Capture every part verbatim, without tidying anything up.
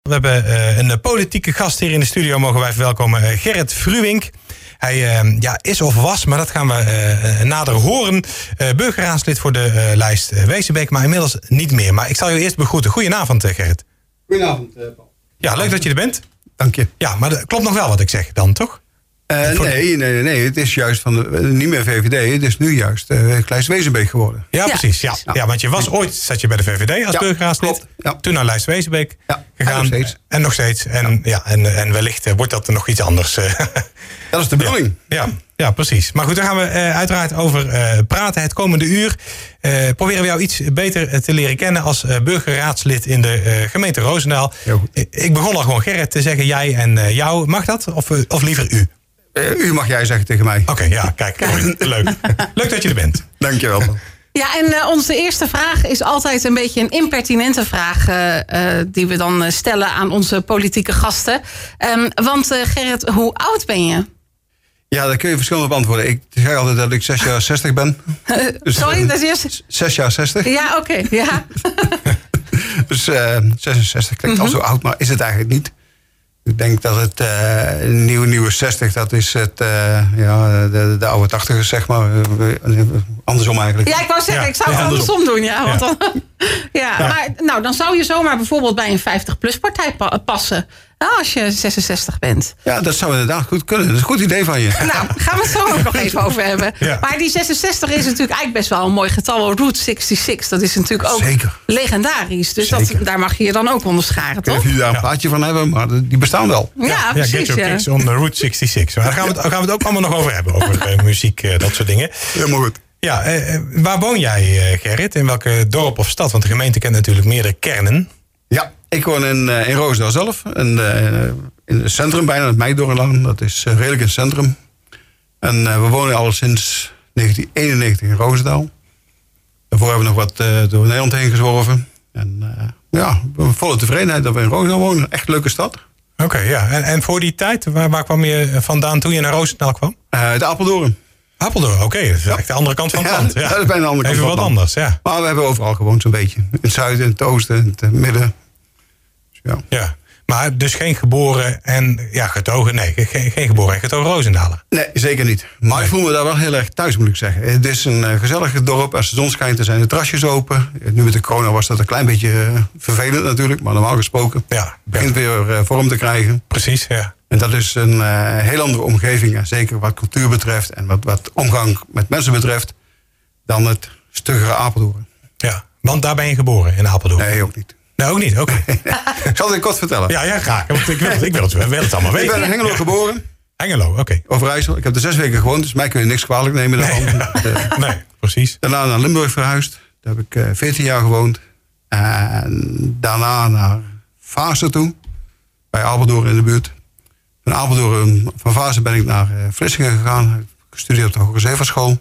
We hebben uh, een politieke gast hier in de studio. Mogen wij verwelkomen. Uh, Gerrit Fruwink. Hij uh, ja, is of was, maar dat gaan we uh, nader horen. Uh, burgerraadslid voor de uh, lijst uh, Wezenbeek, maar inmiddels niet meer. Maar ik zal je eerst begroeten. Goedenavond, uh, Gerrit. Goedenavond, uh, Paul. Ja, leuk dat je er bent. Dank je. Ja, maar dat klopt nog wel wat ik zeg dan, toch? Uh, nee, nee, nee, nee. Het is juist van de, niet meer V V D. Het is nu juist uh, lijst Wezenbeek geworden. Ja, ja, precies. Ja. Ja, want je was ooit, zat je bij de V V D als ja, burgerraadslid. Ja. Toen naar lijst Wezenbeek ja, gegaan. En nog steeds. En nog steeds. En, ja. Ja, en, en wellicht uh, wordt dat nog iets anders. Dat is de bedoeling. Ja, ja, ja, precies. Maar goed, daar gaan we uh, uiteraard over uh, praten het komende uur. Uh, proberen we jou iets beter te leren kennen als uh, burgerraadslid in de uh, gemeente Roosendaal. Ik begon al gewoon Gerrit te zeggen, jij en uh, jou. Mag dat? Of, uh, of liever u? Uh, u mag jij zeggen tegen mij. Oké, okay, ja, kijk. kijk. Leuk. Leuk dat je er bent. Dank je wel. Ja, en uh, onze eerste vraag is altijd een beetje een impertinente vraag uh, uh, die we dan uh, stellen aan onze politieke gasten. Um, want uh, Gerrit, hoe oud ben je? Ja, daar kun je verschillend op antwoorden. Ik zeg altijd dat ik zes jaar zestig ben. Dus, Sorry, dat is eerst... Zes jaar zestig. Ja, oké, okay, ja. Dus uh, zesenzestig klinkt mm-hmm. al zo oud, maar is het eigenlijk niet. Ik denk dat het uh, nieuwe, nieuwe zestig, dat is het, uh, ja, de, de oude tachtigers, zeg maar. Uh, andersom eigenlijk. Ja, ik wou zeggen, ja. ik zou het ja, andersom. andersom doen. Ja, want ja. Dan, ja, ja. Maar nou, dan zou je zomaar bijvoorbeeld bij een vijftig-plus partij pa- passen. Nou, als je zesenzestig bent. Ja, dat zou inderdaad goed kunnen. Dat is een goed idee van je. Nou, gaan we het zo ook nog even over hebben. Ja. Maar die zesenzestig is natuurlijk eigenlijk best wel een mooi getal. Route zesenzestig, dat is natuurlijk ook Zeker. legendarisch. Dus dat, daar mag je je dan ook onderscharen, toch? Ik weet niet of jullie daar een plaatje van hebben, maar die bestaan wel. Ja, ja precies. Ja, get your kicks on Route zesenzestig. Maar daar gaan we, het, gaan we het ook allemaal nog over hebben. Over uh, muziek, uh, dat soort dingen. Helemaal goed. Ja, uh, waar woon jij, uh, Gerrit? In welke dorp of stad? Want de gemeente kent natuurlijk meerdere kernen. Ja, ik woon in, uh, in Roosendaal zelf. En, uh, in het centrum, bijna het Meidoornlaan. Dat is uh, redelijk in het centrum. En uh, we wonen al sinds negentien eenennegentig in Roosendaal. Daarvoor hebben we nog wat uh, door Nederland heen gezworven. En uh, ja, we hebben volle tevredenheid dat we in Roosendaal wonen. Echt een leuke stad. Oké, okay, ja. En, en voor die tijd, waar, waar kwam je vandaan toen je naar Roosendaal kwam? Uh, de Apeldoorn. Apeldoorn, oké. Okay. Dat is ja. echt de andere kant van het land. Ja, ja. Dat is bijna de andere Even kant wat van het anders, ja. Maar we hebben overal gewoond zo'n beetje. In het zuiden, in het oosten, in het midden. Dus ja. ja. Maar dus geen geboren en ja, getogen, nee, geen, geen geboren en getogen Roosendaler. Nee, zeker niet. Maar nee. Ik voel me daar wel heel erg thuis, moet ik zeggen. Het is een uh, gezellig dorp. Als de zon schijnt, dan zijn de terrasjes open. Nu met de corona was dat een klein beetje uh, vervelend natuurlijk. Maar normaal gesproken ja, begint ja. weer uh, vorm te krijgen. Precies, ja. En dat is een uh, heel andere omgeving. En zeker wat cultuur betreft en wat, wat omgang met mensen betreft. Dan het stuggere Apeldoorn. Ja, want daar ben je geboren, in Apeldoorn? Nee, ook niet. Nee, ook niet, oké. Okay. Ik zal het je kort vertellen. Ja, ja, graag. Want ik wil het, ik wil het, ik wil het allemaal weten. Ik ben in Hengelo geboren. Hengelo, oké. Okay. Overijssel. Ik heb er zes weken gewoond, dus mij kun je niks kwalijk nemen daarvan. Nee, uh, nee precies. Daarna naar Limburg verhuisd. Daar heb ik uh, veertien jaar gewoond. En daarna naar Vaassen toe. Bij Apeldoorn in de buurt. Van Apeldoorn, van Vaassen ben ik naar uh, Vlissingen gegaan. Gestudeerd op de Hoge Zeevaartschool.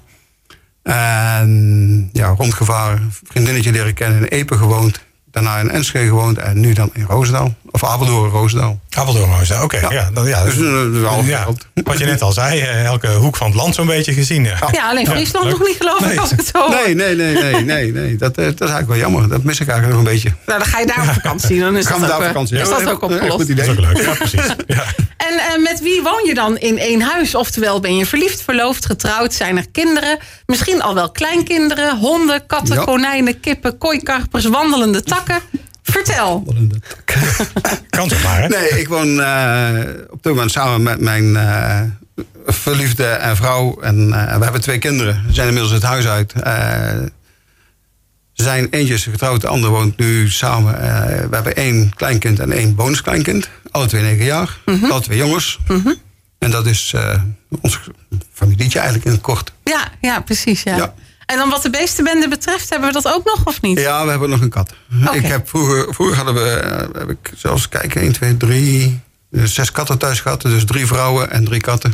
En ja, rondgevaren. Vriendinnetje leren kennen, in Epe gewoond. Daarna in Enschede gewoond en nu dan in Roosendaal. Of Apeldoorn, Roosendaal. Apeldoorn, Roosendaal, oké. Okay, ja. Ja, ja, dus, dus ja, wat je net al zei, elke hoek van het land zo'n beetje gezien. Ja, ja alleen Friesland ja, nog niet geloof ik nee. als ik het zo Nee, nee, nee, nee, nee, nee. Dat, dat is eigenlijk wel jammer. Dat mis ik eigenlijk nog een beetje. Nou, dan ga je daar op vakantie. Dan is gaan dat, we ook, daar vakantie. is ja, dat ook opgelost. Goed idee. Dat is ook leuk, ja precies. Ja. En uh, met wie woon je dan in één huis? Oftewel, ben je verliefd, verloofd, getrouwd? Zijn er kinderen? Misschien al wel kleinkinderen? Honden, katten, ja. konijnen, kippen, kooikarpers, wandelende takken? Vertel. Kan toch maar, hè? Nee, ik woon uh, op dit moment samen met mijn uh, verliefde en vrouw. En uh, we hebben twee kinderen. Ze zijn inmiddels het huis uit. Uh, ze zijn eentje is getrouwd, de ander woont nu samen. Uh, we hebben één kleinkind en één bonuskleinkind. Alle twee negen jaar. Mm-hmm. Alle twee jongens. Mm-hmm. En dat is uh, ons familietje eigenlijk in het kort. Ja, ja precies. Ja. Ja. En dan wat de beestenbende betreft, hebben we dat ook nog of niet? Ja, we hebben nog een kat. Okay. Ik heb vroeger, vroeger hadden we, uh, heb ik zelfs kijken, één, twee, drie, zes katten thuis gehad. Dus drie vrouwen en drie katten.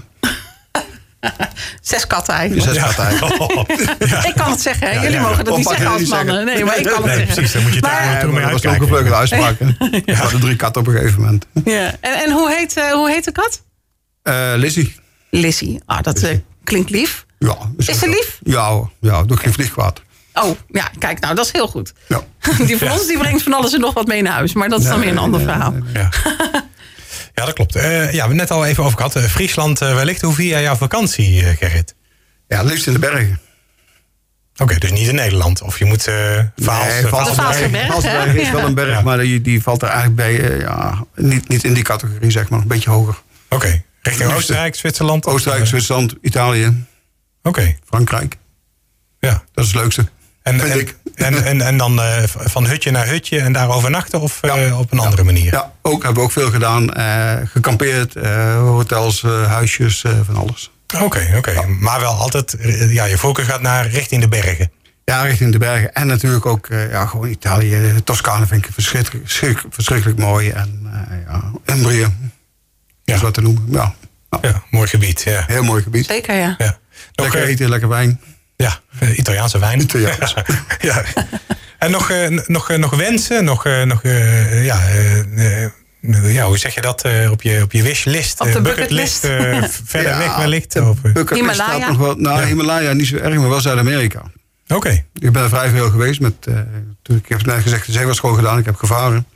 Zes katten eigenlijk. Zes katten eigenlijk. Oh, ja. Ik kan het zeggen, hè? Jullie ja, ja. mogen dat niet zeggen als mannen. Zeggen. Nee, maar ik kan het nee, zeggen. Precies, dan moet je het maar, daar ja, dat was ook een vleugelde uitspraak. Ja. We hadden drie katten op een gegeven moment. Ja. En, en hoe, heet, uh, hoe heet de kat? Uh, Lizzie. Lizzie, ah, dat uh, klinkt lief. Ja, is, is ze lief? Ja, ja, doe geen vliegkwaad. Oh, ja, kijk, nou, dat is heel goed. Ja. Die van ons die brengt van alles en nog wat mee naar huis. Maar dat is dan Nee, weer een ander nee, verhaal. nee, nee. Ja. Ja, dat klopt. Uh, ja, we hebben het net al even over gehad. Uh, Friesland uh, wellicht. Hoe vier jij jouw vakantie, uh, Gerrit? Ja, liefst in de bergen. Oké, okay, dus niet in Nederland. Of je moet uh, Vaals, nee, uh, Vaalserberg. Vaalserberg is ja. wel een berg, Ja. maar die, die valt er eigenlijk bij. Uh, ja, niet, niet in die categorie, zeg maar. Een beetje hoger. Oké, okay. Richting Oostenrijk, Zwitserland? Oostenrijk, uh, Zwitserland, Italië. Oké. Okay. Frankrijk. Ja. Dat is het leukste. En, vind en, ik. En, en, en dan uh, van hutje naar hutje en daar overnachten of uh, Ja. op een andere manier? Ja, ook hebben we ook veel gedaan. Uh, gekampeerd, uh, hotels, uh, huisjes, uh, van alles. Oké, okay, oké. Okay. Ja. Maar wel altijd, ja, je voorkeur gaat naar richting de bergen. Ja, richting de bergen. En natuurlijk ook uh, ja, gewoon Italië. Toscane vind ik verschrikkelijk, verschrikkelijk, verschrikkelijk mooi. En uh, ja, Umbrië. Ja. Dat is wat te noemen. Ja. Ja. Ja, mooi gebied. Ja. Heel mooi gebied. Zeker, ja. Ja. Nog, lekker eten, lekker wijn. Ja, Italiaanse wijn. Italiaans. Ja. En nog, uh, nog, uh, nog wensen? Nog, uh, nog uh, ja, uh, uh, ja, hoe zeg je dat? Uh, op je, op je wishlist? Op de uh, bucketlist. Uh, verder ja, weg wellicht? Of, uh. Bucketlist staat nog wel. Nou, ja. Himalaya niet zo erg, maar wel Zuid-Amerika. Oké. Okay. Ik ben er vrij veel geweest. Met, uh, toen, ik heb net gezegd, de zeewaarschool gedaan. Ik heb gevaren.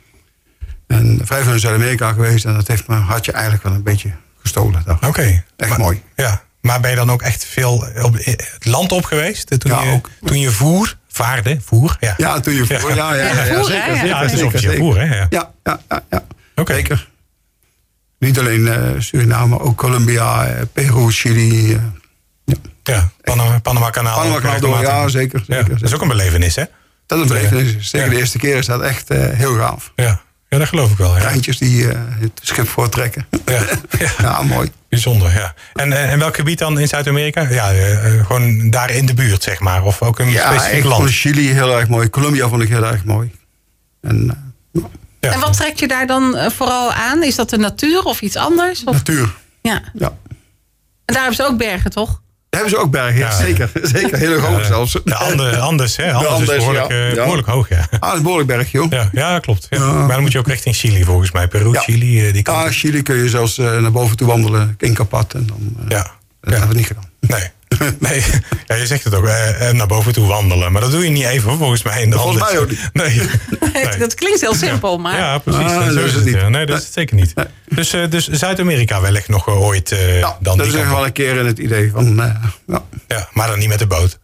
En vrij veel in Zuid-Amerika geweest. En dat heeft mijn hartje eigenlijk wel een beetje gestolen. Oké. Okay. Echt maar, mooi. Ja. Maar ben je dan ook echt veel op het land op geweest? Toen, ja, je, ook. toen je voer, vaarde, voer? Ja, ja toen je voer, ja, ja, ja, ja, ja zeker. Ja, ja, het is zeker, zeker, voer, hè? Ja, ja, ja, ja, ja. Okay. Zeker. Niet alleen uh, Suriname, maar ook Colombia, uh, Peru, Chili. Uh, ja, ja Panama, Panama kanaal. Panama kanaal door, ja, zeker. zeker, ja, dat is ook een belevenis, hè? Dat is een belevenis. Zeker ja. De eerste keer is dat echt uh, heel gaaf. Ja. Ja, dat geloof ik wel. Ja. Treintjes die uh, het schip voortrekken. Ja, ja. Ja, mooi. Bijzonder, ja. En, en welk gebied dan in Zuid-Amerika? Ja, uh, gewoon daar in de buurt, zeg maar. Of ook een ja, specifiek ik land? vond Chili heel erg mooi. Colombia vond ik heel erg mooi. En, uh, ja. en wat trekt je daar dan uh, vooral aan? Is dat de natuur of iets anders? Of? Natuur. Ja. ja. En daar hebben ze ook bergen, toch? Daar hebben ze ook bergen, ja, ja. zeker. Zeker, heel erg hoog ja, zelfs. De Andes, Andes, hè? Andes, Andes is behoorlijk, ja. Uh, behoorlijk ja. hoog, ja. Ah, dat is behoorlijk berg, joh. Ja, ja klopt. Ja. Ja. Maar dan moet je ook richting Chili, volgens mij. Peru, ja. Chili, uh, die kant. Ah, Chili kun je zelfs uh, naar boven toe wandelen. Inca-pad. En dan, uh, ja. Dat ja. hebben we niet gedaan. Nee. Nee, ja, je zegt het ook, uh, naar boven toe wandelen. Maar dat doe je niet even, volgens mij. In de volgens Andes. mij ook niet. Nee. nee. Dat klinkt heel simpel, maar... Ja, precies. Ah, dat dat is is het niet. Ja. Nee, dat is het zeker niet. Nee. Dus, uh, dus Zuid-Amerika wellicht nog uh, ooit uh, ja, dan dat die is echt wel een keer in het idee van... Uh, ja. ja, maar dan niet met de boot.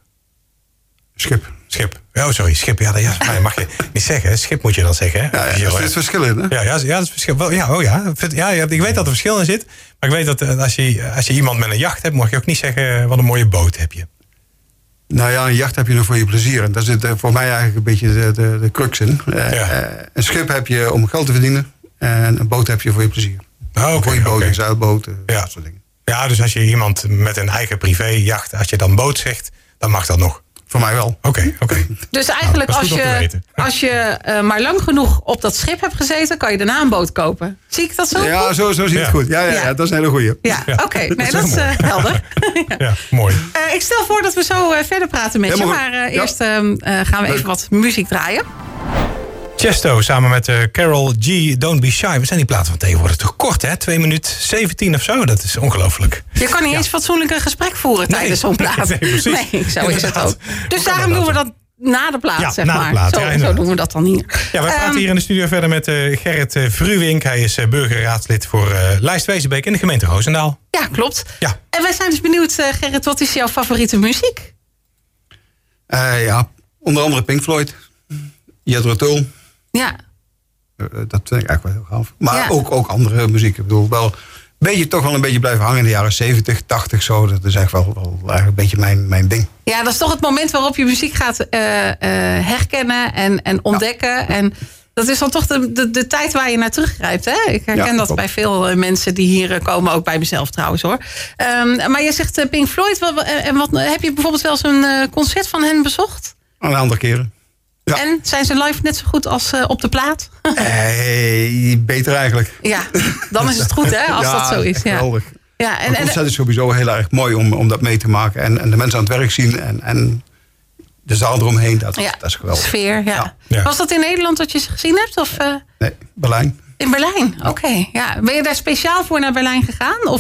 Schip. Schip. Oh, sorry, schip. Ja, dat ja, mag je niet zeggen. Hè? Schip moet je dan zeggen. Hè? Ja, ja, er zit verschil in, hè? Ja, ja, ja, dat is verschil. Wel, ja, oh ja. Ja, ik weet dat er verschil in zit. Maar ik weet dat als je, als je iemand met een jacht hebt... mag je ook niet zeggen, wat een mooie boot heb je. Nou ja, een jacht heb je nog voor je plezier. En daar zit voor mij eigenlijk een beetje de, de, de crux in. Uh, ja. uh, een schip heb je om geld te verdienen. En een boot heb je voor je plezier. Oh, okay, voor je boot, okay. een zeilboot, uh, ja. dat soort dingen. Ja, dus als je iemand met een eigen privéjacht... als je dan boot zegt, dan mag dat nog. Voor mij wel. Oké, okay, oké. Okay. Dus eigenlijk nou, als, je, als je uh, maar lang genoeg op dat schip hebt gezeten... kan je daarna een boot kopen. Zie ik dat zo? Ja, zo, zo zie je ja. het goed. Ja, ja, ja. ja, dat is een hele goeie. Ja, ja. oké. Okay. Nee, dat is uh, helder. ja. ja, mooi. Uh, ik stel voor dat we zo uh, verder praten met Helemaal je. Maar uh, ja. eerst uh, uh, gaan we even wat muziek draaien. Chesto samen met uh, Carol G. Don't Be Shy. We zijn die platen van tegenwoordig toch kort, hè? twee minuten zeventien of zo. Dat is ongelooflijk. Je kan niet ja. eens fatsoenlijk een gesprek voeren nee. tijdens zo'n plaat. Nee, precies. Nee, zo is het ook. Dus daarom doen we dat na de plaat, ja, zeg na maar. De plaat, zo, ja, zo doen we dat dan hier. Ja, wij praten um, hier in de studio verder met uh, Gerrit uh, Vruwink. Hij is uh, burgerraadslid voor uh, Lijst-Wezenbeek in de gemeente Roosendaal. Ja, klopt. Ja. En wij zijn dus benieuwd, uh, Gerrit, wat is jouw favoriete muziek? Uh, ja, onder andere Pink Floyd. Jethro Tull. Ja. Uh, dat vind ik eigenlijk wel heel gaaf. Maar ja. ook, ook andere muziek. Ik bedoel, wel... beetje, toch wel een beetje blijven hangen in de jaren zeventig, tachtig zo. Dat is echt wel, wel eigenlijk een beetje mijn, mijn ding. Ja, dat is toch het moment waarop je muziek gaat uh, uh, herkennen en, en ontdekken. Ja. En dat is dan toch de, de, de tijd waar je naar teruggrijpt. Hè? Ik herken ja, dat klopt. bij veel uh, mensen die hier komen. Ook bij mezelf trouwens hoor. Um, maar je zegt uh, Pink Floyd. Wat, en wat, heb je bijvoorbeeld wel eens een uh, concert van hen bezocht? Een aantal keren. Ja. En zijn ze live net zo goed als uh, op de plaat? Hey, beter eigenlijk. Ja, dan is het goed hè, als ja, dat zo is. Ja, geweldig. Ja, en, een concert is sowieso heel erg mooi om, om dat mee te maken. En, en de mensen aan het werk zien. En, en de zaal eromheen, dat, ja, dat is geweldig. Sfeer, ja. Ja. Ja. Was dat in Nederland dat je ze gezien hebt? Of, uh... Nee, Berlijn. In Berlijn, oké. Okay, ja. Ben je daar speciaal voor naar Berlijn gegaan? Of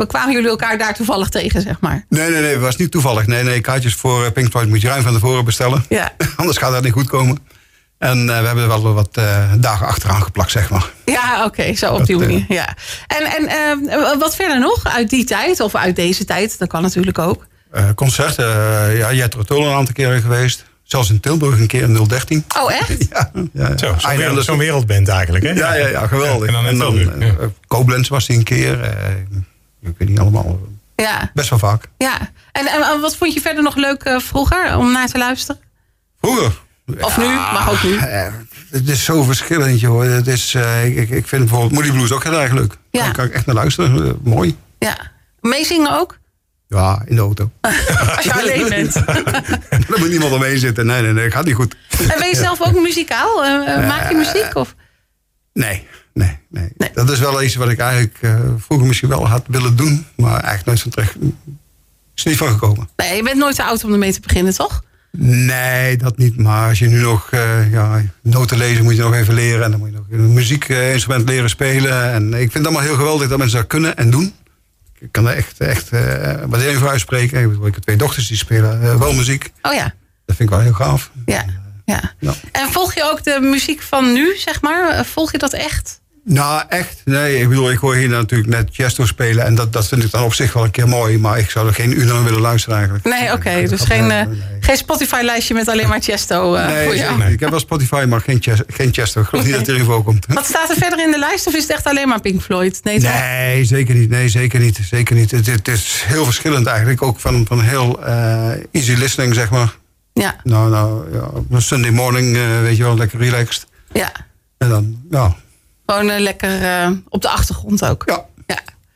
kwamen jullie elkaar daar toevallig tegen, zeg maar? Nee, nee, nee, het was niet toevallig. Nee, nee, kaartjes voor Pink Floyd moet je ruim van tevoren bestellen. Ja. Anders gaat dat niet goed komen. En uh, we hebben er wel wat uh, dagen achteraan geplakt, zeg maar. Ja, oké, okay, zo op dat, die manier. Uh, ja. En, en uh, wat verder nog uit die tijd, of uit deze tijd, dat kan natuurlijk ook. Uh, concerten, uh, ja, Jethro Tull een aantal keren geweest. Zelfs in Tilburg een keer in nul dertien. Oh, echt? ja, ja. Zo, zo'n wereld, zo'n wereldband eigenlijk, hè? Ja, ja, ja, geweldig. Ja, en dan, en dan uh, Koblenz was die een keer. Uh, ik weet niet allemaal. Ja. Best wel vaak. Ja. En, en wat vond je verder nog leuk uh, vroeger om naar te luisteren? Vroeger? Of ja, nu, maar ook nu. Uh, het is zo verschillend, joh. Het is, uh, ik, ik vind bijvoorbeeld Moody Blues ook heel erg leuk. Ja. Daar kan ik echt naar luisteren. Uh, mooi. Ja. Meezingen ook? Ja, in de auto. Als je alleen bent. Er moet niemand omheen zitten. Nee, nee, nee, gaat niet goed. En ben je zelf ook muzikaal? Uh, maak je muziek? Of? Nee, nee, nee, nee. Dat is wel iets wat ik eigenlijk uh, vroeger misschien wel had willen doen. Maar eigenlijk nooit van terecht. Is niet van gekomen. Nee, je bent nooit te oud om ermee te beginnen, toch? Nee, dat niet. Maar als je nu nog uh, ja, noten lezen moet je nog even leren. En dan moet je nog een muziekinstrument leren spelen. En ik vind het allemaal heel geweldig dat mensen dat kunnen en doen. Ik kan er echt, echt uh, waardering voor uitspreken. Ik heb twee dochters die spelen uh, wel muziek. Oh ja. Dat vind ik wel heel gaaf. Ja, ja. Ja. En volg je ook de muziek van nu, zeg maar? Volg je dat echt? Nou, echt. Nee, ik bedoel, ik hoor hier natuurlijk net Chesto spelen. En dat, dat vind ik dan op zich wel een keer mooi. Maar ik zou er geen uur naar willen luisteren eigenlijk. Nee, oké. Okay, dus geen, uh, nee. geen Spotify-lijstje met alleen maar Chesto uh, nee, voor jou? Nee, ik heb wel Spotify, maar geen, geen Chesto. Ik geloof niet dat er in voorkomt. Wat staat er verder in de lijst? Of is het echt alleen maar Pink Floyd? Nee, nee zeker niet. Nee, zeker niet. Zeker niet. Het, het is heel verschillend eigenlijk. Ook van, van heel uh, easy listening, zeg maar. Ja. Nou, nou, ja, Sunday morning, uh, weet je wel, lekker relaxed. Ja. En dan, ja... Gewoon uh, lekker uh, op de achtergrond ook. Ja. Ja,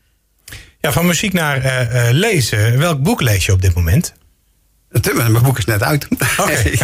ja van muziek naar uh, uh, lezen. Welk boek lees je op dit moment? Mijn boek is net uit. Okay.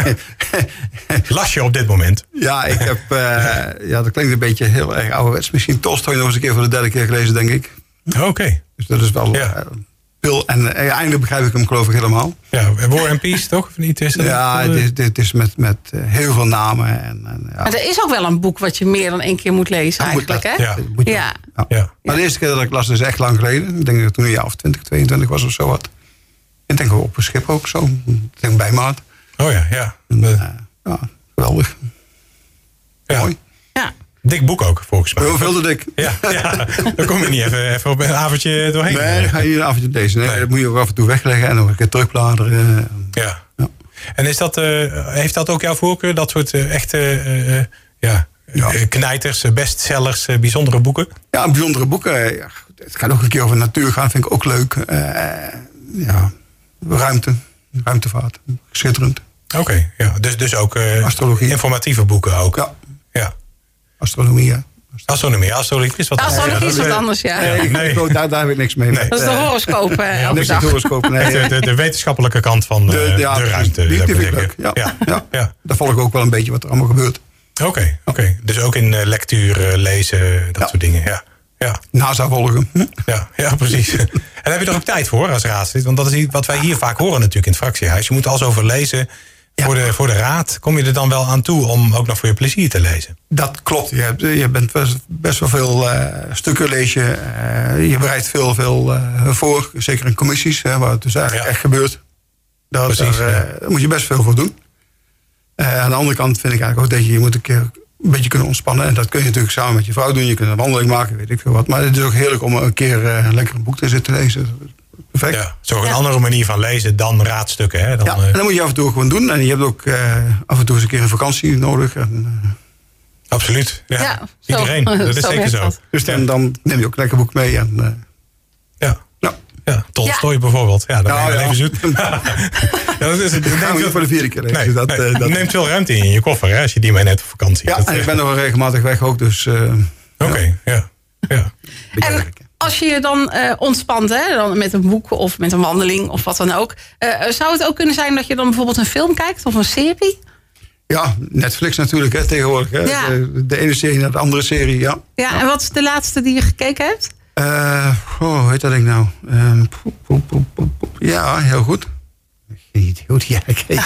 Las je op dit moment? Ja, ik heb... Uh, ja, dat klinkt een beetje heel erg ouderwets. Misschien Tolstoy nog eens een keer voor de derde keer gelezen, denk ik. Oké. Okay. Dus dat is wel... Ja. Uh, veel, en uh, eindelijk begrijp ik hem geloof ik helemaal. Ja, War and Peace toch? Of niet? Is dat ja, het is, dit is met, met uh, heel veel namen. En, en, ja. Maar er is ook wel een boek wat je meer dan één keer moet lezen, ja, eigenlijk, moet hè? Ja. Moet je, ja. Ja. Ja. Maar de eerste keer dat ik las, is echt lang geleden. Ik denk dat het toen een jaar of twintig, tweeëntwintig was of zo wat. Ik denk op een schip ook zo. Ik denk bij maat. Oh ja, ja. En, uh, ja, geweldig. Ja. Mooi. Ja. Dik boek ook, volgens mij. Heel veel te dik. Ja, ja. Dan kom je niet even, even op een avondje doorheen. Nee, dan ga je een avondje lezen. Nee, nee. Dat moet je ook af en toe wegleggen en nog een keer terugbladeren. Ja. ja. En is dat, uh, heeft dat ook jouw voorkeur? Dat soort uh, echte uh, ja, ja. knijters, bestsellers, uh, bijzondere boeken? Ja, bijzondere boeken. Ja, het gaat ook een keer over natuur gaan, vind ik ook leuk. Uh, ja, ruimte, ruimtevaart, schitterend. Oké, okay, ja. dus, dus ook uh, astrologie. Informatieve boeken ook. Ja. ja. Astronomie, ja. Astronomie, astrologie is wat anders. Astrologie is wat anders, ja. Nee, nee. Ik, daar, daar heb ik niks mee. Nee. Dat is de horoscoop. Uh, ja, de horoscoop, nee. de, de, de wetenschappelijke kant van de, de, ja, de ruimte. Die vind ik leuk. Ja. Ja. Ja. Ja. Daar volg ik ook wel een beetje wat er allemaal gebeurt. Oké, okay, okay. Dus ook in uh, lectuur, uh, lezen, dat ja. soort dingen. Ja. Ja. NASA volgen. Ja, ja, precies. En heb je er ook tijd voor als raadslid? Want dat is wat wij hier vaak horen natuurlijk in het fractiehuis. Je moet alles over lezen. Ja. Voor, de, voor de raad kom je er dan wel aan toe om ook nog voor je plezier te lezen? Dat klopt. Je, hebt, je bent best, best wel veel uh, stukken lees je. Uh, je bereidt veel, veel uh, voor. Zeker in commissies, hè, waar het dus eigenlijk ja. echt gebeurt. Dat, Precies, daar, uh, ja. daar moet je best veel voor doen. Uh, aan de andere kant vind ik eigenlijk ook dat je, je moet een keer een beetje kunnen ontspannen. En dat kun je natuurlijk samen met je vrouw doen. Je kunt een wandeling maken, weet ik veel wat. Maar het is ook heerlijk om een keer uh, lekker een boek te zitten lezen. Perfect. Ja, zo een ja. andere manier van lezen dan raadstukken. Hè? Dan, ja, en dat moet je af en toe gewoon doen. En je hebt ook uh, af en toe eens een keer een vakantie nodig. En, uh... Absoluut. Ja. Ja, Iedereen. Zo, dat is zo zeker zo. Dat. Dus dan, dan neem je ook een lekker boek mee. En, uh... Ja. Ja. Ja, Tolstoy ja. bijvoorbeeld. Ja, dan ja, ben je ja. even zoet. ja, dat is, dat gaan we niet voor de vierde keer. Nee, dus dat, nee, uh, dat neemt veel ruimte in je koffer hè, als je die mee net op vakantie. Ja, dat, en ik ben nog regelmatig weg ook. Dus, uh, Oké, okay, ja. ja. En als je je dan uh, ontspant, hè, dan met een boek of met een wandeling of wat dan ook. Uh, zou het ook kunnen zijn dat je dan bijvoorbeeld een film kijkt of een serie? Ja, Netflix natuurlijk hè, tegenwoordig. Hè. Ja. De, de ene serie naar de andere serie, ja. Ja, ja. En wat is de laatste die je gekeken hebt? Uh, oh, hoe heet dat ik nou? Um, poep, poep, poep, poep. Ja, heel goed. Geen idee hoe die jij gekeken.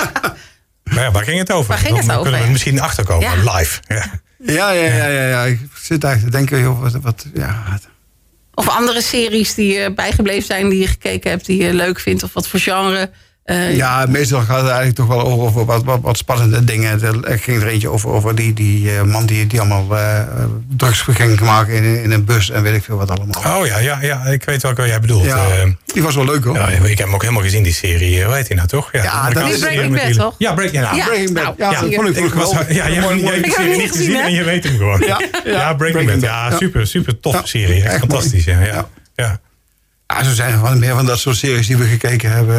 Maar ja, waar ging het over? Waar ging het dan over, kunnen we ja. misschien achterkomen, ja. live. Ja. Ja, ja, ja, ja, ja. Ik zit eigenlijk te denken, joh, wat, wat ja. Of andere series die je bijgebleven zijn, die je gekeken hebt, die je leuk vindt, of wat voor genre? Uh, ja, meestal gaat het eigenlijk toch wel over, over wat, wat, wat spannende dingen. Er ging er eentje over, over die, die uh, man die, die allemaal uh, drugs ging maken in, in een bus en weet ik veel wat allemaal. Oh ja, ja, ja ik weet welke jij bedoelt. Ja, uh, die was wel leuk hoor. Ja, ik heb hem ook helemaal gezien, die serie. Hoe heet die nou toch? Ja, ja dat is Breaking Bad toch? Ja, Breaking Bad. Ja, Breaking Bad. Nou, ja, ja, dat vond ik, vond ik wel. Ja, jij hebt die serie niet gezien en je weet hem gewoon. Ja, ja, ja Breaking Bad. Ja, super, super toffe serie. Echt fantastisch. Ja, ja. Ja. Ja, zo zijn er wel meer van dat soort series die we gekeken hebben.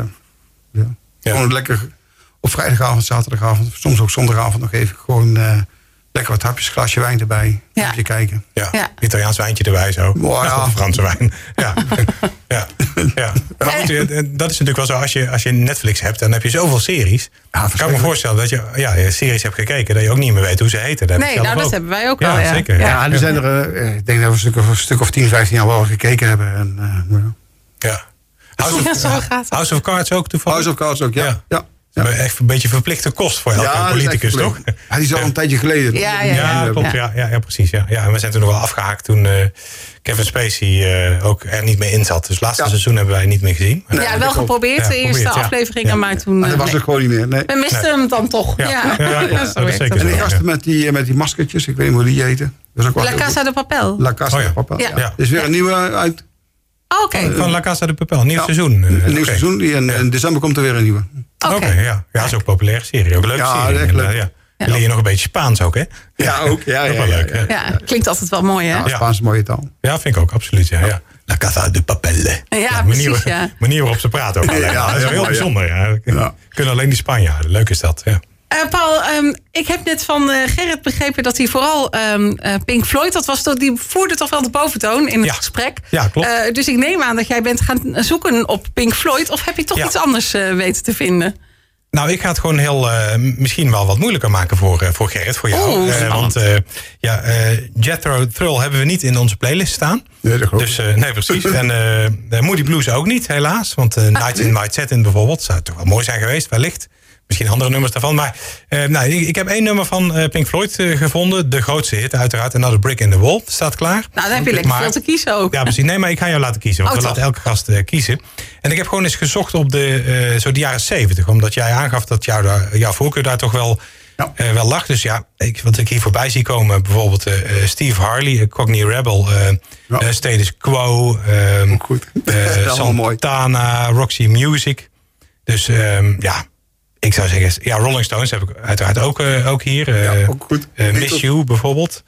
Ja. Ja. Gewoon lekker op vrijdagavond, zaterdagavond, soms ook zondagavond nog even gewoon uh, lekker wat hapjes, glasje wijn erbij, ja. Hapje kijken. Ja. Ja. Italiaans wijntje erbij zo. Wow, ja. Of Franse wijn. Ja. Ja. Ja. Maar goed, dat is natuurlijk wel zo, als je, als je Netflix hebt, dan heb je zoveel series. Ja, kan ik me voorstellen dat je ja, series hebt gekeken, dat je ook niet meer weet hoe ze heten. Dat nee, nou dat ook. hebben wij ook ja, wel. Ja, zeker. Ja, ja er zijn er, uh, ik denk dat we een stuk of, een stuk of tien, vijftien jaar wel gekeken hebben. En, uh, ja. House of, ja, gaat House of Cards ook toevallig? House of Cards ook, ja. ja. ja. Ja. Echt een beetje verplichte kost voor elke ja, politicus, toch? Ja, die is al ja. een tijdje geleden. Ja, ja, ja, ja klopt. Ja. Ja, ja, precies. Ja. Ja, en we zijn toen nog wel afgehaakt toen uh, Kevin Spacey uh, ook er niet meer in zat. Dus het laatste ja. seizoen hebben wij niet meer gezien. Nee, ja, wel geprobeerd, ja, de eerste geprobeerd, aflevering. Ja. Maar toen... Maar dat was nee. er gewoon niet meer. Nee. We misten nee. hem dan toch. Ja, ja. ja, ja, ja, ja dat is zeker. En die gasten met die, met die maskertjes, ik weet niet hoe die heten. La Casa de Papel. La Casa oh, ja. de Papel, ja. ja. Er is weer een nieuwe uit. Oh, oké. Okay. Van La Casa de Papel, nieuw ja. seizoen. Uh, een nieuw okay. seizoen, die in, ja. in december komt er weer een nieuwe. Oké, okay. okay, ja. ja, dat is ook een populaire serie. Ook een leuke ja, serie. Echt leuk. Ja. Ja. Leer je nog een beetje Spaans ook, hè? Ja, ook. Ja, ja, ook wel ja, leuk. Ja, ja, ja. Klinkt altijd wel mooi, hè? Ja, Spaans is een mooie taal. Ja, vind ik ook, absoluut. Ja, ja. La Casa de Papel. Ja, ja, manier, precies, ja. manier waarop ze praten ook. Ja, ja, dat is heel mooi, bijzonder. Ja. Ja. Kunnen alleen die Spanjaarden. Leuk is dat, ja. Uh, Paul, um, ik heb net van uh, Gerrit begrepen dat hij vooral um, uh, Pink Floyd, dat was toch, die voerde toch wel de boventoon in het ja. gesprek. Ja, klopt. Uh, dus ik neem aan dat jij bent gaan zoeken op Pink Floyd, of heb je toch ja. iets anders uh, weten te vinden? Nou, ik ga het gewoon heel, uh, misschien wel wat moeilijker maken voor, uh, voor Gerrit, voor jou. Oeh, uh, want uh, ja, uh, Jethro Tull hebben we niet in onze playlist staan. Nee, dat dus, uh, nee, precies. En uh, Moody Blues ook niet, helaas. Want uh, ah, Nights in White Satin bijvoorbeeld zou toch wel mooi zijn geweest, wellicht. Misschien andere nummers daarvan. Maar uh, nou, ik, ik heb één nummer van uh, Pink Floyd uh, gevonden. De grootste hit uiteraard. Another Brick in the Wall. Staat klaar. Nou, dan heb je lekker maar, veel te kiezen ook. Ja, precies. Nee, maar ik ga jou laten kiezen. Want oh, we laten elke gast uh, kiezen. En ik heb gewoon eens gezocht op de, uh, zo de jaren zeventig. Omdat jij aangaf dat jou daar, jouw voorkeur daar toch wel, ja. uh, wel lag. Dus ja, ik, wat ik hier voorbij zie komen. Bijvoorbeeld uh, Steve Harley, uh, Cockney Rebel. Uh, ja. uh, Status Quo. Um, goed. uh, Santana, Roxy Music. Dus um, ja... Ik zou zeggen, ja, Rolling Stones heb ik uiteraard ook, uh, ook hier. Uh, ja, ook goed. Uh, Miss You bijvoorbeeld.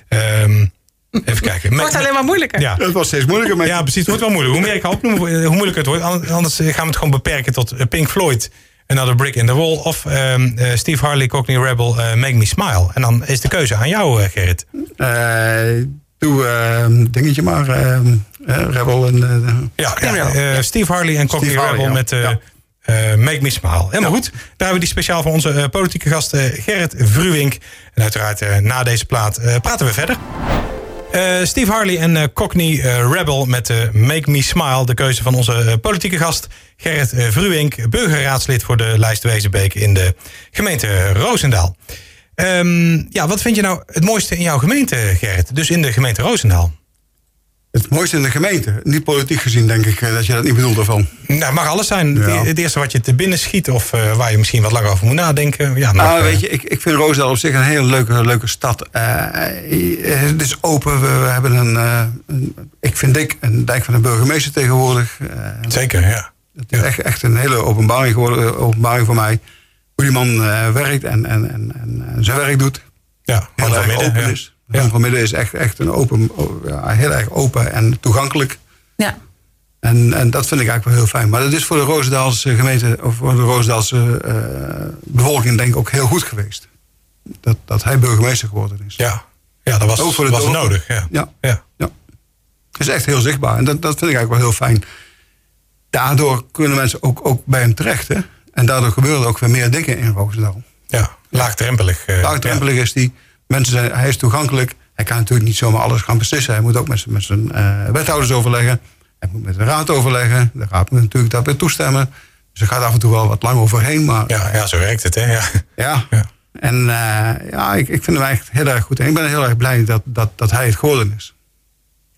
Um, even kijken. Het wordt alleen maar moeilijker. Ja. Het wordt steeds moeilijker. Maar... Ja, precies. Het wordt wel moeilijk. Hoe meer ik ga opnoemen, hoe moeilijker het wordt. Anders gaan we het gewoon beperken tot Pink Floyd, Another Brick in the Wall. Of um, uh, Steve Harley, Cockney Rebel, uh, Make Me Smile. En dan is de keuze aan jou, uh, Gerrit. Uh, doe uh, dingetje maar. Uh, uh, Rebel en... Uh, ja, ja uh, Steve Harley en Cockney Steve Rebel Harley, ja. met... Uh, ja. Uh, Make Me Smile. Helemaal ja. goed. Daar hebben we die speciaal voor onze uh, politieke gast uh, Gerrit Vruwink. En uiteraard uh, na deze plaat uh, praten we verder. Uh, Steve Harley en uh, Cockney uh, Rebel met uh, Make Me Smile. De keuze van onze uh, politieke gast Gerrit uh, Vruwink. Burgerraadslid voor de lijst Wezenbeek in de gemeente Roosendaal. Um, ja, wat vind je nou het mooiste in jouw gemeente, Gerrit? Dus in de gemeente Roosendaal. Het mooiste in de gemeente. Niet politiek gezien, denk ik, dat je dat niet bedoelt ervan. Nou, het mag alles zijn. Ja. Het eerste wat je te binnen schiet of uh, waar je misschien wat langer over moet nadenken. Ja, nou, weet je, ik, ik vind Roosendaal op zich een hele leuke, leuke stad. Uh, het is open. We, we hebben een, uh, een, ik vind ik, een dijk van de burgemeester tegenwoordig. Uh, Zeker, ja. Het is ja. echt, echt een hele openbaring geworden, openbaring voor mij. Hoe die man uh, werkt en, en, en, en zijn werk doet. Ja, heel erg midden, open ja. is. Ja. Van Midden is echt, echt een open, ja, heel erg open en toegankelijk. Ja. En, en dat vind ik eigenlijk wel heel fijn. Maar dat is voor de Roosendaalse gemeente, of voor de Roosendaalse uh, bevolking denk ik ook heel goed geweest. Dat, dat hij burgemeester geworden is. Ja, ja dat was, ook voor de was nodig. Ja. Ja. Ja. Ja. Het is echt heel zichtbaar. En dat, dat vind ik eigenlijk wel heel fijn. Daardoor kunnen mensen ook, ook bij hem terecht. Hè? En daardoor gebeuren er ook weer meer dingen in Roosendaal. Ja, laagdrempelig. Uh, laagdrempelig ja. is die. Mensen zijn, hij is toegankelijk. Hij kan natuurlijk niet zomaar alles gaan beslissen. Hij moet ook met zijn, met zijn uh, wethouders overleggen. Hij moet met de raad overleggen. De raad moet natuurlijk daarbij toestemmen. Dus er gaat af en toe wel wat lang overheen. Maar, ja, ja, zo werkt het, hè? Ja. Ja. ja. En uh, ja, ik, ik vind hem echt heel erg goed. En ik ben heel erg blij dat, dat, dat hij het geworden is. Ja,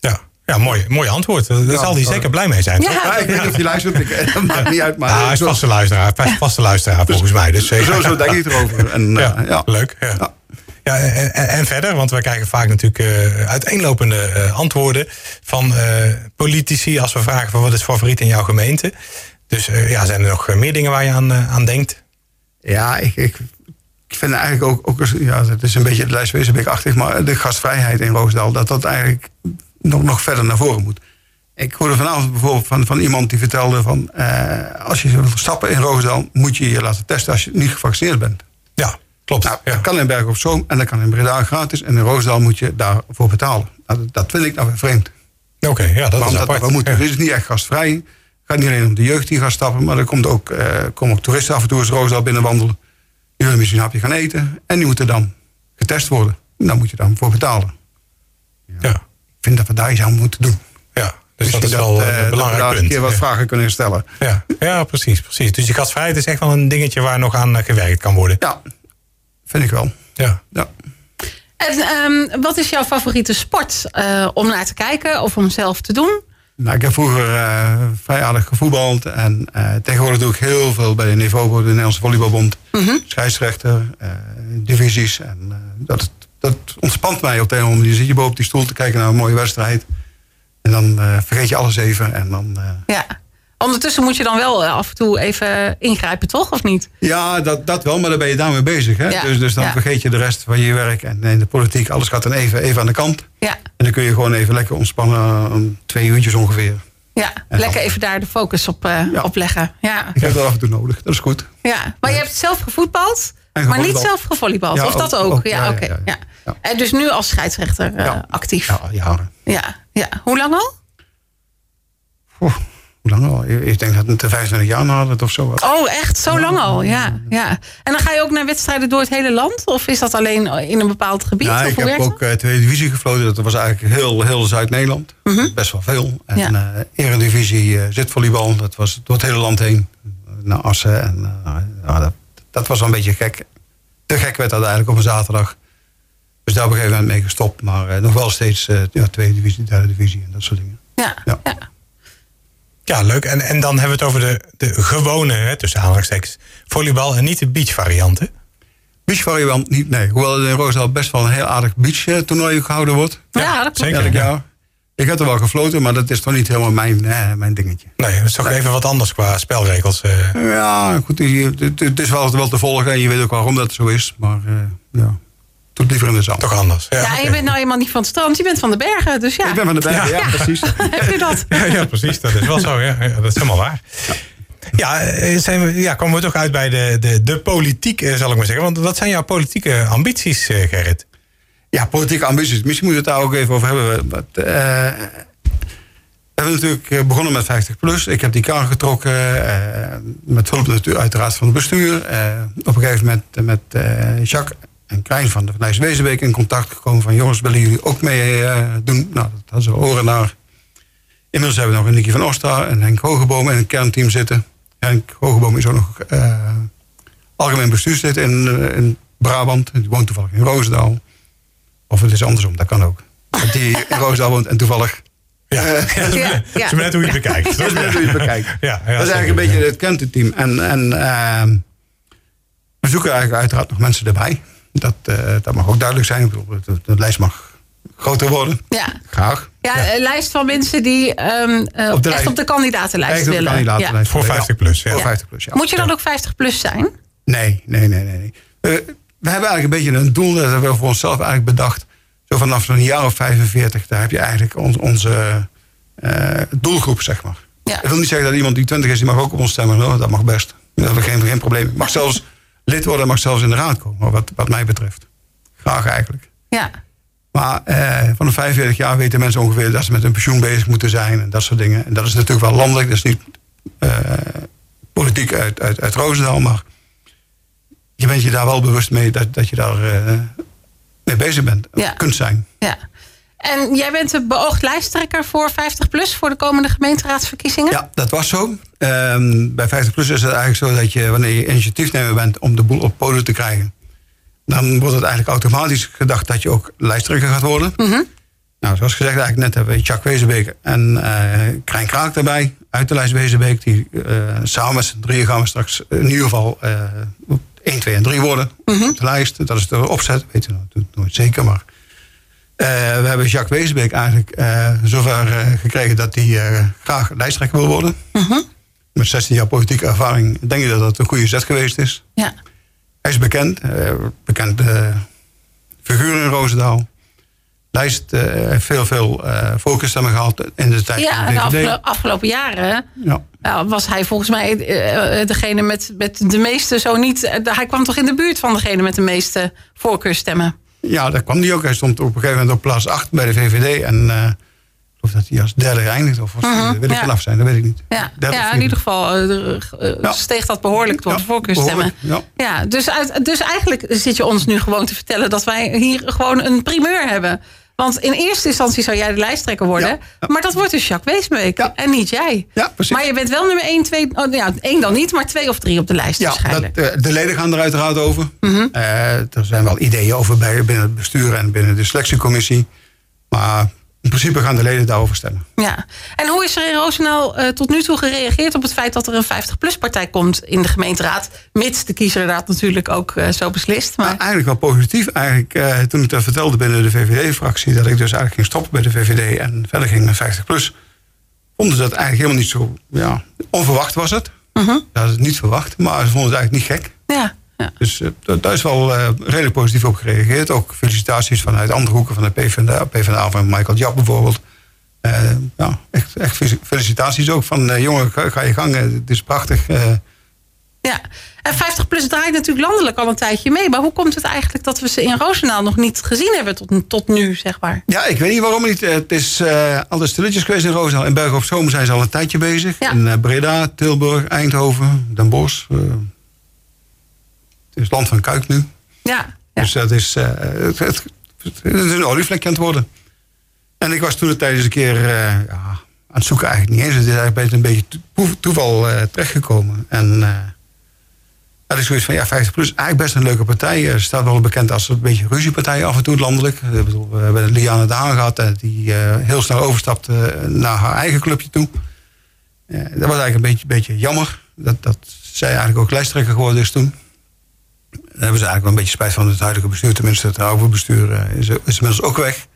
Ja, mooi, mooi antwoord. Daar ja, zal hij zeker blij mee zijn. Ja, ja, ik weet niet of hij luistert. Ik, dat maakt niet uit. Maar nou, hij is zo, vaste luisteraar, vaste luisteraar volgens mij. Dus, zo, zo denk ik erover. En, ja, uh, ja. Leuk. Ja. Ja. Ja, en, en verder, want we krijgen vaak natuurlijk uh, uiteenlopende uh, antwoorden van uh, politici als we vragen van wat is favoriet in jouw gemeente. Dus uh, ja, zijn er nog meer dingen waar je aan, uh, aan denkt? Ja, ik, ik, ik vind eigenlijk ook, ook ja, het is een beetje de lijst Wezenbeek-achtig, maar de gastvrijheid in Roosdaal, dat dat eigenlijk nog, nog verder naar voren moet. Ik hoorde vanavond bijvoorbeeld van, van iemand die vertelde van uh, als je wil stappen in Roosdaal, moet je je laten testen als je niet gevaccineerd bent. Ja, klopt. Nou, ja. Dat kan in Bergen op Zoom en dat kan in Breda gratis. En in Roosdaal moet je daarvoor betalen. Nou, dat, dat vind ik nou weer vreemd. Oké, okay, ja, dat maar is apart. We moeten, ja. Dit is niet echt gastvrij. Het gaat niet alleen om de jeugd die gaat stappen, maar er komt ook, uh, komen ook toeristen af en toe eens Roosdaal binnenwandelen. Die willen misschien een hapje gaan eten en die moeten dan getest worden. En daar moet je dan voor betalen. Ja. Ja. Ik vind dat we daar iets aan moeten doen. Ja, dus dat is wel dat, uh, een belangrijk dat we punt. een keer wat ja. vragen kunnen stellen. Ja, ja precies, precies. Dus die gastvrijheid is echt wel een dingetje waar nog aan gewerkt kan worden. Ja, vind ik wel. Ja. Ja. En um, wat is jouw favoriete sport uh, om naar te kijken of om zelf te doen? Nou, ik heb vroeger uh, vrij aardig gevoetbald. En uh, tegenwoordig doe ik heel veel bij de Niveau, de Nederlandse Volleybalbond. Mm-hmm. Scheidsrechter, uh, divisies. En uh, dat, dat ontspant mij op de een of andere manier. Je zit je boven op die stoel te kijken naar een mooie wedstrijd. En dan uh, vergeet je alles even. En dan, uh... Ja. Ondertussen moet je dan wel uh, af en toe even ingrijpen, toch? Of niet? Ja, dat, dat wel, maar dan ben je daarmee bezig. Hè? Ja. Dus, dus dan ja. vergeet je de rest van je werk. En in de politiek, alles gaat dan even, even aan de kant. Ja. En dan kun je gewoon even lekker ontspannen. Um, twee uurtjes ongeveer. Ja, en lekker dan... even daar de focus op, uh, ja. op leggen. Ja. Ik heb dat af en toe nodig, dat is goed. Ja, maar je hebt zelf gevoetbald, maar niet zelf gevolleybald. Ja, of dat ook? ook ja, ja, oké. Okay. ja, ja, ja. ja. En dus nu als scheidsrechter uh, ja. actief? Ja, jaren. Ja, ja. Hoe lang al? Oeh, hoe lang al? Ik denk dat het de vijfentwintig jaar na had of zo. Oh, echt? Zo lang al? Ja, ja. En dan ga je ook naar wedstrijden door het hele land? Of is dat alleen in een bepaald gebied? Ja, of ik hoe heb werkt ook uh, tweede divisie gefloten. Dat was eigenlijk heel, heel Zuid-Nederland. Mm-hmm. Best wel veel. En ja. uh, eredivisie uh, zitvolleybal. Dat was door het hele land heen. Naar Assen. En, uh, ja, dat, dat was wel een beetje gek. Te gek werd dat eigenlijk op een zaterdag. Dus daar op een gegeven moment mee gestopt. Maar uh, nog wel steeds uh, ja, tweede divisie, derde divisie en dat soort dingen. Ja, ja. ja. Ja, leuk. En, en dan hebben we het over de, de gewone, hè, tussen aanhalingstekens, volleybal en niet de beachvarianten. Beachvariant niet, nee. Hoewel er in Roosdaal best wel een heel aardig beachtoernooi gehouden wordt. Ja, ja dat klopt. Zeker. Ja. Ik heb er wel gefloten, maar dat is toch niet helemaal mijn, eh, mijn dingetje. Nee, dat is toch nee. even wat anders qua spelregels. Uh. Ja, goed. Het is wel, wel te volgen en je weet ook waarom dat zo is. Maar uh, ja, doe het liever in de zand. Toch anders. Ja, ja okay. Je bent nou eenmaal niet van het strand, je bent van de bergen. Dus ja. Ik ben van de bergen, ja, ja, ja. precies. Heb je dat? Ja, ja, precies. Dat is wel zo. Ja. Ja, dat is helemaal waar. Ja, zijn we, ja, komen we toch uit bij de, de, de politiek, zal ik maar zeggen. Want wat zijn jouw politieke ambities, Gerrit? Ja, politieke ambities. Misschien moeten we het daar ook even over hebben. Wat, uh, we hebben natuurlijk begonnen met vijftig plus. Ik heb die kar getrokken. Uh, met hulp natuurlijk uiteraard van het bestuur. Uh, op een gegeven moment met uh, Jacques en Krijn van de Nijs Wezenbeek in contact gekomen. Van jongens, willen jullie ook mee uh, doen? Nou, dat hadden ze horen naar. Inmiddels hebben we nog een Nicky van Osta en Henk Hogeboom in een kernteam zitten. Henk Hogeboom is ook nog uh, algemeen bestuurslid in, uh, in Brabant. Die woont toevallig in Roosendaal. Of het is andersom, dat kan ook. Dat die in Roosendaal woont en toevallig... Ja, uh, ja, dat is ja, ja. net hoe je het bekijkt. Dat is net hoe je het bekijkt. Ja, ja, dat is eigenlijk een beetje het kernteam. En, en uh, we zoeken eigenlijk uiteraard nog mensen erbij. Dat, uh, dat mag ook duidelijk zijn. Ik bedoel, de, de lijst mag groter worden. Ja. Graag. Ja, ja, een lijst van mensen die um, uh, op echt lijst, op de kandidatenlijst echt willen. Op de kandidatenlijst ja. Voor vijftig plus. Ja. Voor vijftig plus, ja. Moet je dan ook vijftig plus zijn? Nee, nee, nee. nee. Uh, we hebben eigenlijk een beetje een doel. Dat hebben we voor onszelf eigenlijk bedacht. Zo vanaf zo'n jaar of vijfenveertig, daar heb je eigenlijk on, onze uh, doelgroep, zeg maar. Ja. Ik wil niet zeggen dat iemand die twintig is, die mag ook op ons stemmen. No, dat mag best. Dat is geen, geen probleem. Mag zelfs lid worden, mag zelfs in de raad komen. Wat, wat mij betreft. Graag eigenlijk. Ja. Maar uh, van de vijfenveertig jaar weten mensen ongeveer dat ze met hun pensioen bezig moeten zijn. En dat soort dingen. En dat is natuurlijk wel landelijk. Dat is niet uh, politiek uit, uit, uit Roosendaal. Maar je bent je daar wel bewust mee dat, dat je daar uh, mee bezig bent. Ja. Kunt zijn. Ja. En jij bent de beoogd lijsttrekker voor vijftig plus voor de komende gemeenteraadsverkiezingen? Ja, dat was zo. Um, bij vijftig plus is het eigenlijk zo dat je, wanneer je initiatiefnemer bent om de boel op poten te krijgen, dan wordt het eigenlijk automatisch gedacht dat je ook lijsttrekker gaat worden. Mm-hmm. Nou, zoals gezegd, eigenlijk net hebben we Jacques Wezenbeek en uh, Krijn Kraak erbij. Uit de lijst Wezenbeek. Die uh, samen met z'n drieën gaan we straks in ieder geval uh, één, twee en drie worden mm-hmm. op de lijst. Dat is de opzet, weet je nog nooit zeker. Maar uh, we hebben Jacques Wezenbeek eigenlijk uh, zover uh, gekregen dat hij uh, graag lijsttrekker wil worden. Mm-hmm. Met zestien jaar politieke ervaring denk ik dat dat een goede zet geweest is. Ja. Hij is bekend, uh, bekend uh, figuur in Roosendaal. Lijst uh, heeft veel, veel uh, voorkeurstemmen gehad in de tijd ja, van de V V D. de afgelo- afgelopen jaren ja. uh, was hij volgens mij uh, degene met, met de meeste, zo niet. Uh, hij kwam toch in de buurt van degene met de meeste voorkeurstemmen? Ja, daar kwam hij ook. Hij stond op een gegeven moment op plaats acht bij de V V D. En uh, ik geloof dat hij als derde eindigde. Of was uh-huh. hij, wil ik ja. vanaf zijn, dat weet ik niet. Ja, ja in ieder geval uh, uh, ja. steeg dat behoorlijk tot ja, de voorkeurstemmen. Ja. Ja, dus, uit, dus eigenlijk zit je ons nu gewoon te vertellen dat wij hier gewoon een primeur hebben. Want in eerste instantie zou jij de lijsttrekker worden. Ja, ja. Maar dat wordt dus Jacques Wezenbeek. Ja. En niet jij. Ja, precies. Maar je bent wel nummer één, twee... Oh, ja, één dan niet, maar twee of drie op de lijst ja, waarschijnlijk. Dat, uh, de leden gaan er uiteraard over. Mm-hmm. Uh, er zijn wel ideeën over bij, binnen het bestuur en binnen de selectiecommissie. Maar in principe gaan de leden daarover stemmen. Ja. En hoe is er in Roosendaal uh, tot nu toe gereageerd op het feit dat er een vijftig-plus partij komt in de gemeenteraad? Mits de kiezerraad natuurlijk ook uh, zo beslist. Maar... Nou, eigenlijk wel positief. Eigenlijk, uh, toen ik dat vertelde binnen de V V D-fractie, dat ik dus eigenlijk ging stoppen bij de V V D en verder ging met vijftig-plus, vonden ze dat eigenlijk helemaal niet zo... Ja, onverwacht was het. Uh-huh. Dat hadden ze niet verwacht, maar ze vonden het eigenlijk niet gek. Ja. Ja. Dus uh, daar is wel uh, redelijk positief op gereageerd. Ook felicitaties vanuit andere hoeken van de PvdA, PvdA van Michael Japp bijvoorbeeld. Uh, ja, echt, echt felicitaties ook van uh, jongen, ga, ga je gang, het is prachtig. Uh. Ja, en vijftig-plus draait natuurlijk landelijk al een tijdje mee. Maar hoe komt het eigenlijk dat we ze in Roosendaal nog niet gezien hebben tot, tot nu, zeg maar? Ja, ik weet niet waarom niet. Het is uh, altijd stilletjes geweest in Roosendaal. In Bergen op Zoom zijn ze al een tijdje bezig. Ja. In uh, Breda, Tilburg, Eindhoven, Den Bosch... Uh, Het is land van Kuik nu. Ja, ja. Dus dat is, uh, het, het, het is een olievlekje aan het worden. En ik was toen de tijdens een keer uh, ja, aan het zoeken eigenlijk niet eens. Het is eigenlijk een beetje to- toeval uh, terechtgekomen. En uh, dat is zoiets van, ja, vijftig-plus, eigenlijk best een leuke partij. Ze uh, staat wel bekend als een beetje ruziepartij af en toe landelijk. Uh, bedoel, we hebben Liane Daan gehad, uh, die uh, heel snel overstapte uh, naar haar eigen clubje toe. Uh, dat was eigenlijk een beetje, beetje jammer. Dat, dat zij eigenlijk ook lijsttrekker geworden is toen. Daar hebben ze eigenlijk wel een beetje spijt van het huidige bestuur. Tenminste, het oude bestuur is, is inmiddels ook weg.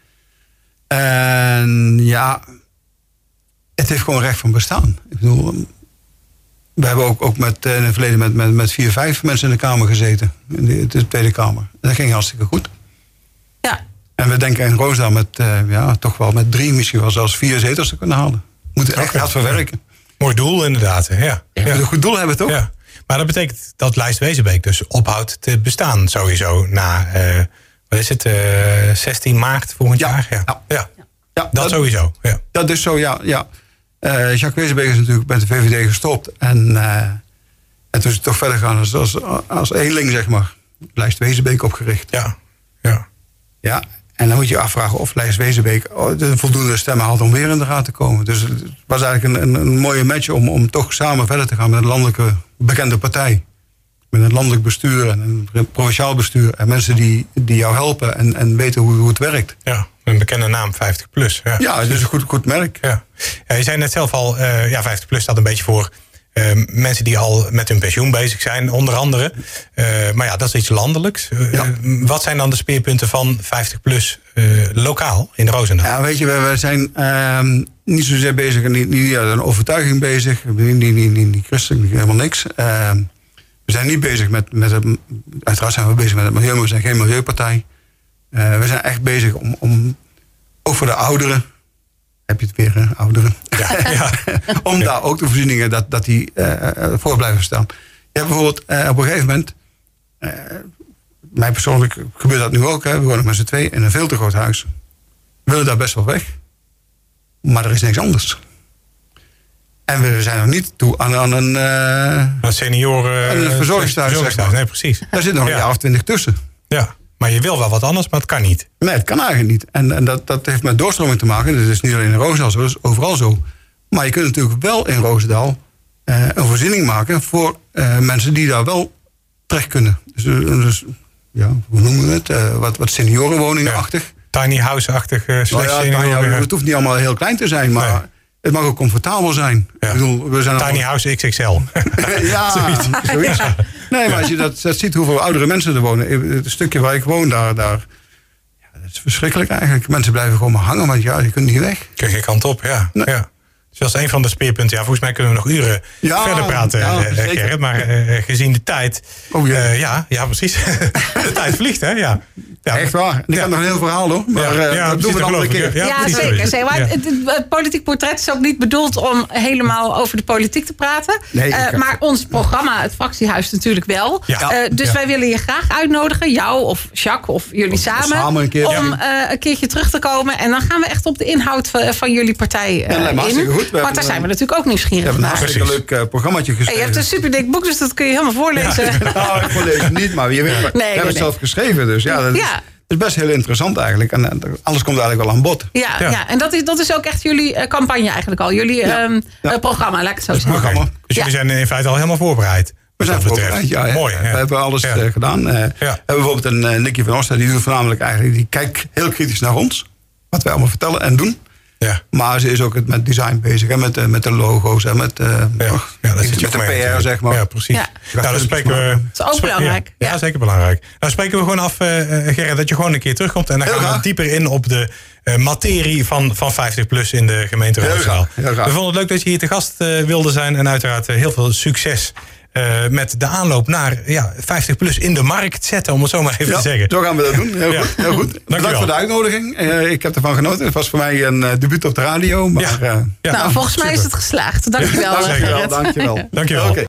En ja, het heeft gewoon recht van bestaan. Ik bedoel, we hebben ook, ook met, in het verleden met, met, met vier, vijf mensen in de Kamer gezeten. In de, de Tweede Kamer. En dat ging hartstikke goed. Ja. En we denken in Roosendaal met, uh, ja, toch wel met drie, misschien wel zelfs vier zetels te kunnen halen. We moeten echt hard verwerken. Mooi doel inderdaad, ja. Ja, we moeten een goed doel hebben, toch? Ja. Maar dat betekent dat lijst Wezenbeek dus ophoudt te bestaan sowieso na, uh, wat is het, uh, zestien maart volgend ja. jaar? Ja, ja. ja. ja dat, dat sowieso. Ja. Dat is zo, ja. ja. Uh, Jacques Wezenbeek is natuurlijk met de V V D gestopt. En, uh, en toen is het toch verder gegaan als, als, als eenling, zeg maar. Lijst Wezenbeek opgericht. Ja, ja. Ja, en dan moet je je afvragen of lijst Wezenbeek de voldoende stemmen had om weer in de raad te komen. Dus het was eigenlijk een, een, een mooie match om, om toch samen verder te gaan met een landelijke bekende partij. Met een landelijk bestuur en een provinciaal bestuur. En mensen die, die jou helpen en, en weten hoe, hoe het werkt. Ja, een bekende naam, vijftig-plus. Ja, ja, het is een goed, goed merk. Ja. Ja, je zei net zelf al, uh, ja, vijftig-plus staat een beetje voor uh, mensen die al met hun pensioen bezig zijn, onder andere. Uh, maar ja, dat is iets landelijks. Uh, ja. Wat zijn dan de speerpunten van vijftig-plus uh, lokaal in Roosendaal? Ja, weet je, we, we zijn uh, niet zozeer bezig, niet, niet aan een overtuiging bezig. Niet, niet, niet, niet, niet christelijk, helemaal niks. Uh, We zijn niet bezig met, met het, uiteraard zijn we bezig met het milieu, maar we zijn geen milieupartij. Uh, we zijn echt bezig om, om, ook voor de ouderen, heb je het weer, hè, ouderen. Ja, ja. om ja. daar ook de voorzieningen, dat, dat die uh, voor blijven staan. Je hebt bijvoorbeeld uh, op een gegeven moment, uh, mij persoonlijk gebeurt dat nu ook, hè, we wonen met z'n twee in een veel te groot huis. We willen daar best wel weg, maar er is niks anders. En we zijn nog niet toe aan, aan een... Uh, een senioren... Een verzorgingstehuis, zeg maar. Nee, precies. Daar zit nog een ja. jaar of twintig tussen. Ja, maar je wil wel wat anders, maar het kan niet. Nee, het kan eigenlijk niet. En, en dat, dat heeft met doorstroming te maken. Dat is niet alleen in Roosendaal zo, dat is overal zo. Maar je kunt natuurlijk wel in Roosendaal uh, een voorziening maken voor uh, mensen die daar wel terecht kunnen. Dus, dus ja, hoe noemen we het? Uh, wat, wat seniorenwoningenachtig. tiny house-achtig uh, slash nou ja, tiny house, het hoeft niet allemaal heel klein te zijn, maar nee. Het mag ook comfortabel zijn. Ja. Ik bedoel, we zijn tiny allemaal... house X X L. ja, zoiets. zoiets. Ja. Nee, maar als je dat, dat ziet hoeveel oudere mensen er wonen. Het stukje waar ik woon, daar... daar ja, dat is verschrikkelijk eigenlijk. Mensen blijven gewoon maar hangen, want ja, je kunt niet weg. Kun je geen kant op, ja. Nee. ja. Dus dat is een van de speerpunten. Ja, volgens mij kunnen we nog uren ja, verder praten, ja, uh, Gerrit. Maar uh, gezien de tijd... Oh, ja. Uh, ja, ja, precies. De tijd vliegt, hè? Ja. Ja, echt waar. En ik ja. heb nog een heel verhaal, hoor. Maar ja, uh, ja, dat doen we een andere keer. Ja, ja zeker. zeker. Maar ja. het, het, het politiek portret is ook niet bedoeld om helemaal over de politiek te praten. Nee, uh, maar ons programma, het Fractiehuis, natuurlijk wel. Ja. Uh, dus ja. wij willen je graag uitnodigen, jou of Jacques of jullie of samen, samen een keer, om ja. uh, een keertje terug te komen. En dan gaan we echt op de inhoud van, van jullie partij uh, ja, in. Goed. Want daar zijn we natuurlijk ook nieuwsgierig naar. We hebben een hartstikke leuk uh, programmaatje geschreven. Hey, je hebt een super dik boek, dus dat kun je helemaal voorlezen. Ja. Nou, ik voorlees het niet, maar je weet, nee, we nee, hebben nee. het zelf geschreven. Dus ja, dat is, ja. is best heel interessant eigenlijk. En uh, alles komt eigenlijk wel aan bod. Ja, ja. ja. en dat is, dat is ook echt jullie uh, campagne eigenlijk al. Jullie ja. um, ja. uh, programma, laat ik het zo zeggen. Okay. Dus jullie ja. zijn in feite al helemaal voorbereid. We zijn voorbereid, ja, ja. Mooi. Ja. We hebben alles ja. uh, gedaan. Uh, ja. We hebben bijvoorbeeld een uh, Nicky van Oster, die doet voornamelijk eigenlijk, die kijkt heel kritisch naar ons. Wat wij allemaal vertellen en doen. Ja. Maar ze is ook met design bezig. En met, met de logo's en met, uh, ja. Ja, dat met de P R, zeg maar. Ja, precies. Ja. Nou, dan spreken we, dat is ook belangrijk. Ja, ja, zeker belangrijk. Nou spreken we gewoon af, uh, Gerrit, dat je gewoon een keer terugkomt. En dan heel gaan graag. we dieper in op de uh, materie van, van vijftig plus in de gemeente Roosendaal. We vonden het leuk dat je hier te gast uh, wilde zijn. En uiteraard uh, heel veel succes. Uh, met de aanloop naar ja, vijftig plus in de markt zetten, om het zo maar even ja, te zeggen. Zo gaan we dat doen. Heel ja. goed. Heel goed. Bedankt voor de uitnodiging. Uh, ik heb ervan genoten. Het was voor mij een uh, debuut op de radio. Maar, ja. Uh, ja. Nou, volgens mij is het geslaagd. Dankjewel. Ja, dankjewel. Dankjewel. Dankjewel. Okay.